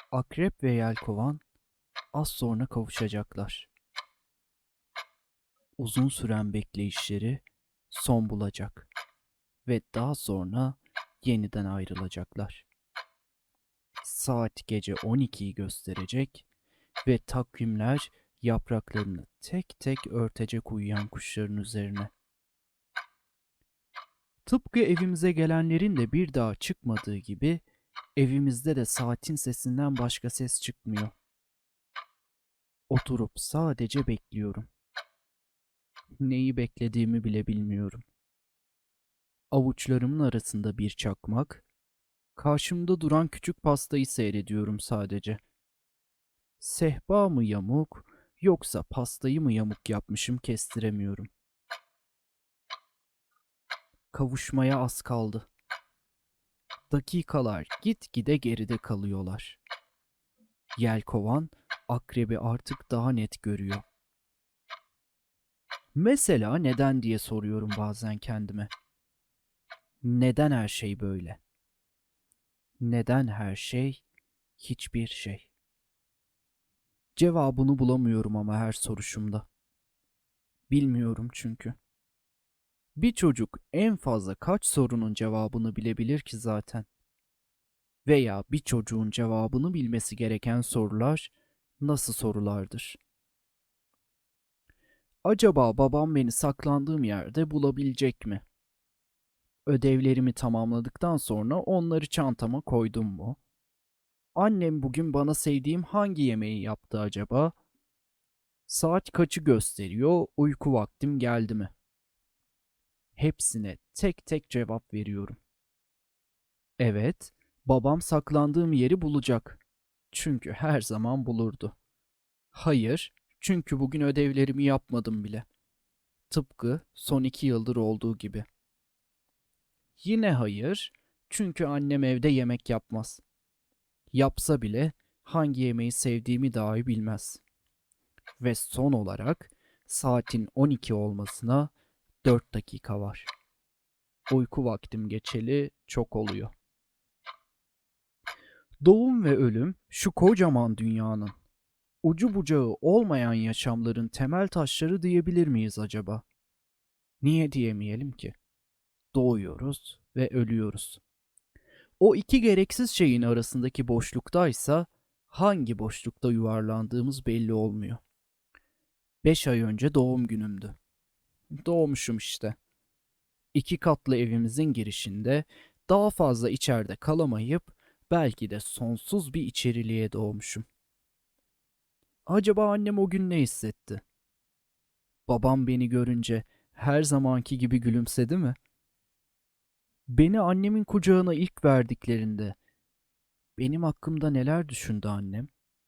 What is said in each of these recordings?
Akrep ve yelkovan az sonra kavuşacaklar. Uzun süren bekleyişleri son bulacak ve daha sonra yeniden ayrılacaklar. Saat gece 12'yi gösterecek ve takvimler yapraklarını tek tek örtecek uyuyan kuşların üzerine. Tıpkı evimize gelenlerin de bir daha çıkmadığı gibi evimizde de saatin sesinden başka ses çıkmıyor. Oturup sadece bekliyorum. Neyi beklediğimi bile bilmiyorum. Avuçlarımın arasında bir çakmak, karşımda duran küçük pastayı seyrediyorum sadece. Sehpa mı yamuk, yoksa pastayı mı yamuk yapmışım kestiremiyorum. Kavuşmaya az kaldı. Dakikalar gitgide geride kalıyorlar. Yelkovan akrebi artık daha net görüyor. Mesela neden diye soruyorum bazen kendime. Neden her şey böyle? Neden her şey, hiçbir şey? Cevabını bulamıyorum ama her soruşumda. Bilmiyorum çünkü. Bir çocuk en fazla kaç sorunun cevabını bilebilir ki zaten? Veya bir çocuğun cevabını bilmesi gereken sorular nasıl sorulardır? Acaba babam beni saklandığım yerde bulabilecek mi? Ödevlerimi tamamladıktan sonra onları çantama koydum mu? Annem bugün bana sevdiğim hangi yemeği yaptı acaba? Saat kaçı gösteriyor, uyku vaktim geldi mi? Hepsine tek tek cevap veriyorum. Evet, babam saklandığım yeri bulacak. Çünkü her zaman bulurdu. Hayır, çünkü bugün ödevlerimi yapmadım bile. Tıpkı son 2 yıldır olduğu gibi. Yine hayır, çünkü annem evde yemek yapmaz. Yapsa bile hangi yemeği sevdiğimi dahi bilmez. Ve son olarak saatin 12 olmasına 4 dakika var. Uyku vaktim geçeli çok oluyor. Doğum ve ölüm şu kocaman dünyanın ucu bucağı olmayan yaşamların temel taşları diyebilir miyiz acaba? Niye diyemeyelim ki? Doğuyoruz ve ölüyoruz. O iki gereksiz şeyin arasındaki boşluktaysa hangi boşlukta yuvarlandığımız belli olmuyor. 5 ay önce doğum günümdü. Doğmuşum işte. 2 katlı evimizin girişinde daha fazla içeride kalamayıp belki de sonsuz bir içeriliğe doğmuşum. Acaba annem o gün ne hissetti? Babam beni görünce her zamanki gibi gülümsedi mi? Beni annemin kucağına ilk verdiklerinde benim hakkımda neler düşündü annem?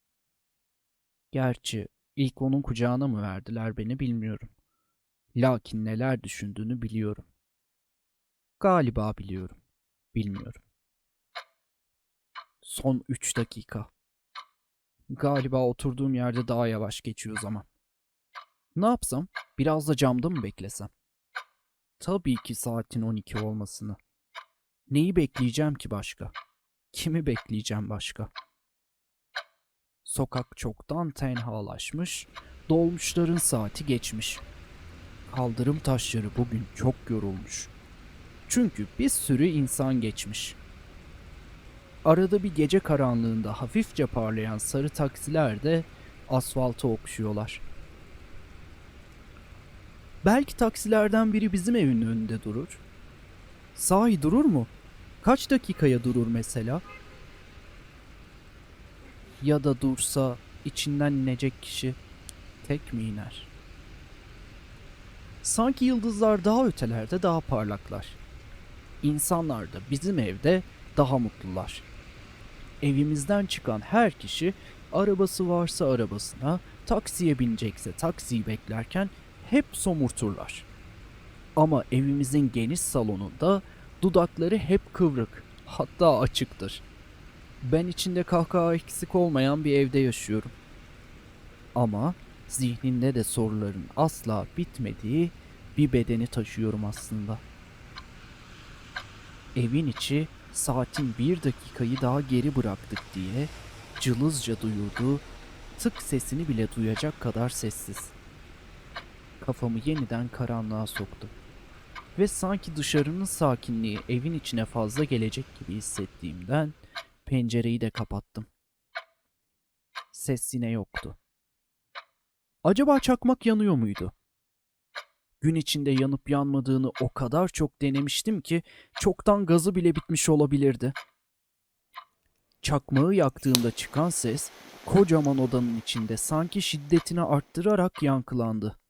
Gerçi ilk onun kucağına mı verdiler beni bilmiyorum. Lakin neler düşündüğünü biliyorum. Galiba biliyorum. Bilmiyorum. Son 3 dakika. Galiba oturduğum yerde daha yavaş geçiyor zaman. Ne yapsam? Biraz da camda mı beklesem? Tabii ki saatin 12 olmasını. Neyi bekleyeceğim ki başka? Kimi bekleyeceğim başka? Sokak çoktan tenhalaşmış, dolmuşların saati geçmiş. Kaldırım taşları bugün çok yorulmuş. Çünkü bir sürü insan geçmiş. Arada bir gece karanlığında hafifçe parlayan sarı taksiler de asfaltı okşuyorlar. Belki taksilerden biri bizim evin önünde durur. Sahi durur mu? Kaç dakikaya durur mesela? Ya da dursa içinden inecek kişi tek mi iner? Sanki yıldızlar daha ötelerde daha parlaklar. İnsanlar da bizim evde daha mutlular. Evimizden çıkan her kişi arabası varsa arabasına, taksiye binecekse taksiyi beklerken hep somurturlar. Ama evimizin geniş salonunda dudakları hep kıvrık, hatta açıktır. Ben içinde kahkaha eksik olmayan bir evde yaşıyorum. Ama zihninde de soruların asla bitmediği bir bedeni taşıyorum aslında. Evin içi saatin 1 dakikayı daha geri bıraktık diye cılızca duyurduğu tık sesini bile duyacak kadar sessiz. Kafamı yeniden karanlığa soktum. Ve sanki dışarının sakinliği evin içine fazla gelecek gibi hissettiğimden pencereyi de kapattım. Ses yine yoktu. Acaba çakmak yanıyor muydu? Gün içinde yanıp yanmadığını o kadar çok denemiştim ki çoktan gazı bile bitmiş olabilirdi. Çakmağı yaktığımda çıkan ses kocaman odanın içinde sanki şiddetini arttırarak yankılandı.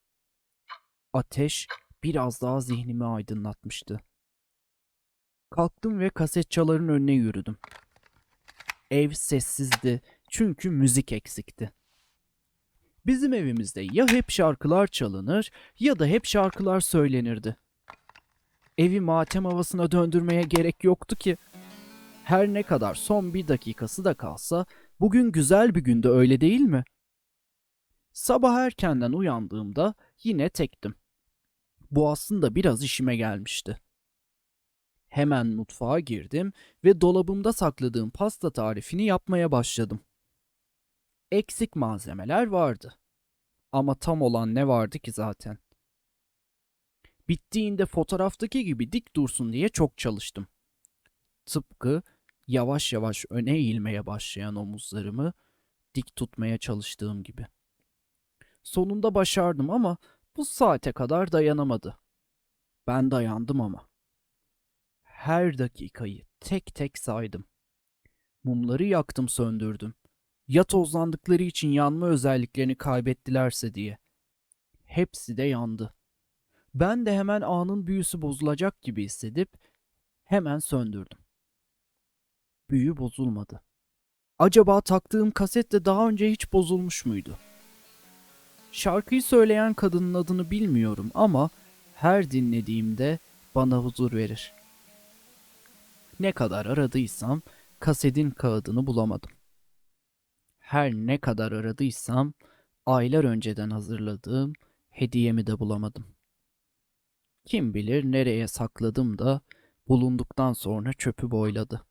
Ateş biraz daha zihnimi aydınlatmıştı. Kalktım ve kasetçaların önüne yürüdüm. Ev sessizdi çünkü müzik eksikti. Bizim evimizde ya hep şarkılar çalınır ya da hep şarkılar söylenirdi. Evi matem havasına döndürmeye gerek yoktu ki. Her ne kadar son bir dakikası da kalsa bugün güzel bir günde, öyle değil mi? Sabah erkenden uyandığımda yine tektim. Bu aslında biraz işime gelmişti. Hemen mutfağa girdim ve dolabımda sakladığım pasta tarifini yapmaya başladım. Eksik malzemeler vardı. Ama tam olan ne vardı ki zaten? Bittiğinde fotoğraftaki gibi dik dursun diye çok çalıştım. Tıpkı yavaş yavaş öne eğilmeye başlayan omuzlarımı dik tutmaya çalıştığım gibi. Sonunda başardım ama bu saate kadar dayanamadı. Ben dayandım ama. Her dakikayı tek tek saydım. Mumları yaktım, söndürdüm. Ya tozlandıkları için yanma özelliklerini kaybettilerse diye. Hepsi de yandı. Ben de hemen anın büyüsü bozulacak gibi hissedip hemen söndürdüm. Büyü bozulmadı. Acaba taktığım kaset de daha önce hiç bozulmuş muydu? Şarkıyı söyleyen kadının adını bilmiyorum ama her dinlediğimde bana huzur verir. Ne kadar aradıysam kasetin kağıdını bulamadım. Her ne kadar aradıysam aylar önceden hazırladığım hediyemi de bulamadım. Kim bilir nereye sakladım da bulunduktan sonra çöpü boyladı.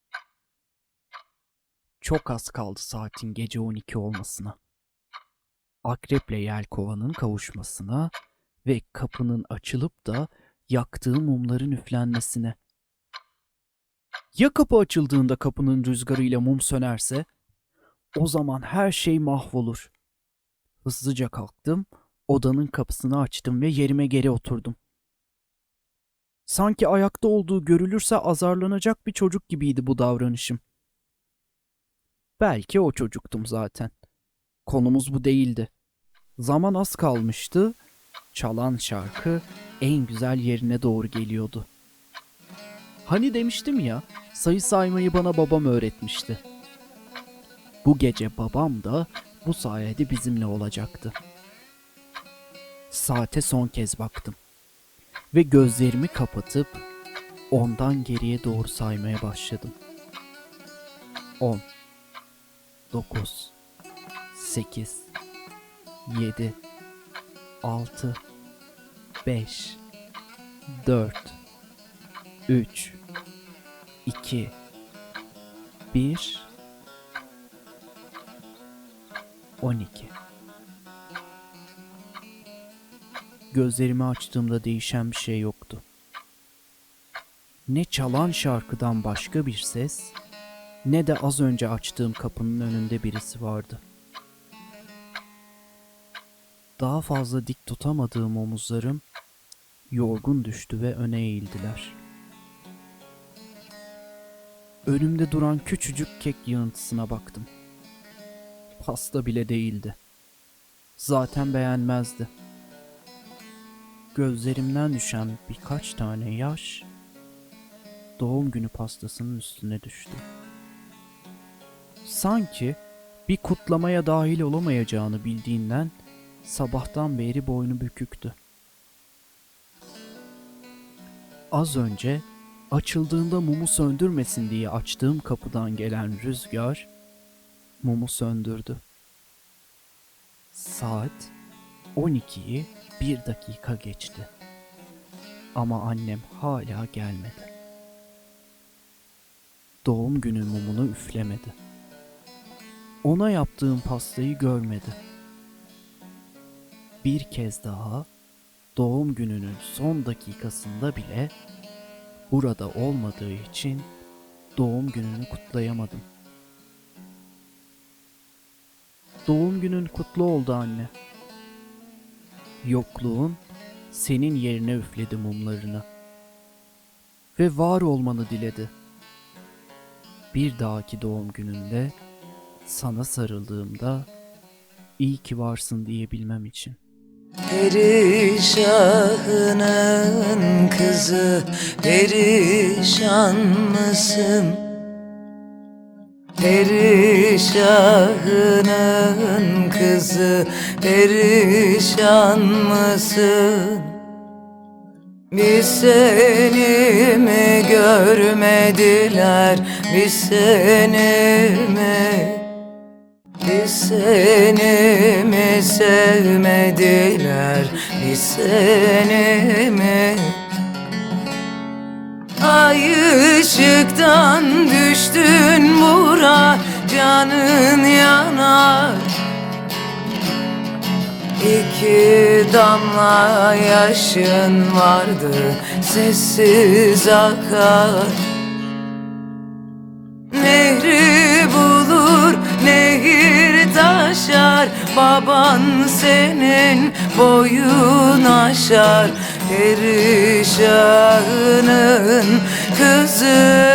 Çok az kaldı saatin gece 12 olmasına. Akreple yelkovanın kavuşmasına ve kapının açılıp da yaktığım mumların üflenmesine. Ya kapı açıldığında kapının rüzgarıyla mum sönerse? O zaman her şey mahvolur. Hızlıca kalktım, odanın kapısını açtım ve yerime geri oturdum. Sanki ayakta olduğu görülürse azarlanacak bir çocuk gibiydi bu davranışım. Belki o çocuktum zaten. Konumuz bu değildi. Zaman az kalmıştı. Çalan şarkı en güzel yerine doğru geliyordu. Hani demiştim ya, sayı saymayı bana babam öğretmişti. Bu gece babam da bu sayede bizimle olacaktı. Saate son kez baktım ve gözlerimi kapatıp ondan geriye doğru saymaya başladım. 10, 9, 8, 7, 6, 5, 4, 3, 2, 1, 12. Gözlerimi açtığımda değişen bir şey yoktu. Ne çalan şarkıdan başka bir ses, ne de az önce açtığım kapının önünde birisi vardı. Daha fazla dik tutamadığım omuzlarım yorgun düştü ve öne eğildiler. Önümde duran küçücük kek yığıntısına baktım. Pasta bile değildi. Zaten beğenmezdi. Gözlerimden düşen birkaç tane yaş doğum günü pastasının üstüne düştü. Sanki bir kutlamaya dahil olamayacağını bildiğinden sabahtan beri boynu büküktü. Az önce açıldığında mumu söndürmesin diye açtığım kapıdan gelen rüzgar mumu söndürdü. Saat 12'yi 1 dakika geçti. Ama annem hala gelmedi. Doğum günü mumunu üflemedi. Ona yaptığım pastayı görmedi. Bir kez daha doğum gününün son dakikasında bile burada olmadığı için doğum gününü kutlayamadım. Doğum günün kutlu oldu anne. Yokluğun senin yerine üfledi mumlarını ve var olmanı diledi. Bir dahaki doğum gününde sana sarıldığımda iyi ki varsın diyebilmem için. Perişanın kızı, perişan mısın? Perişanın kızı, perişan mısın? Biz seni mi görmediler, biz seni mi? Biz seni mi sevmediler, biz seni mi? Ay ışıktan düştün bura, canın yanar. İki damla yaşın vardı, sessiz akar. Nehri bulur, nehir taşar, baban senin boyun aşar. Perişanın kızı,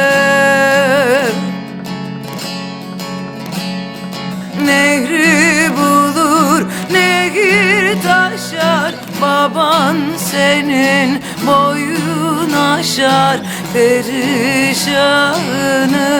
nehri bulur, nehir taşar, baban senin boyun aşar. Perişanın